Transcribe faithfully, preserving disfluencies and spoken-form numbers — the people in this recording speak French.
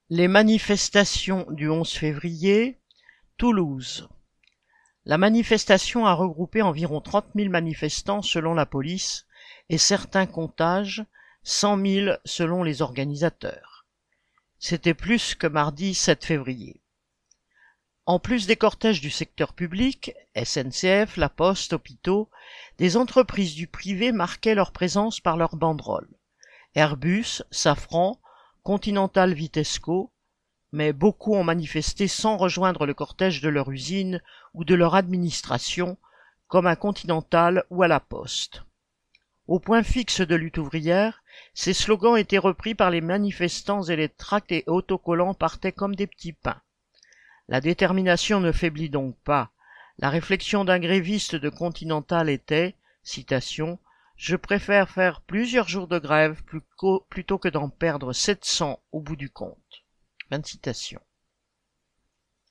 Les manifestations du onze février, Toulouse. La manifestation a regroupé environ trente mille manifestants selon la police et certains comptages, cent mille selon les organisateurs. C'était plus que mardi sept février. En plus des cortèges du secteur public, S N C F, La Poste, hôpitaux, des entreprises du privé marquaient leur présence par leurs banderoles. Airbus, Safran, Continental, Vitesco, mais beaucoup ont manifesté sans rejoindre le cortège de leur usine ou de leur administration, comme à Continental ou à La Poste. Au point fixe de lutte ouvrière, ces slogans étaient repris par les manifestants et les tracts et autocollants partaient comme des petits pains. La détermination ne faiblit donc pas. La réflexion d'un gréviste de Continental était, citation, « Je préfère faire plusieurs jours de grève plutôt que d'en perdre sept cents au bout du compte. » Fin de citation.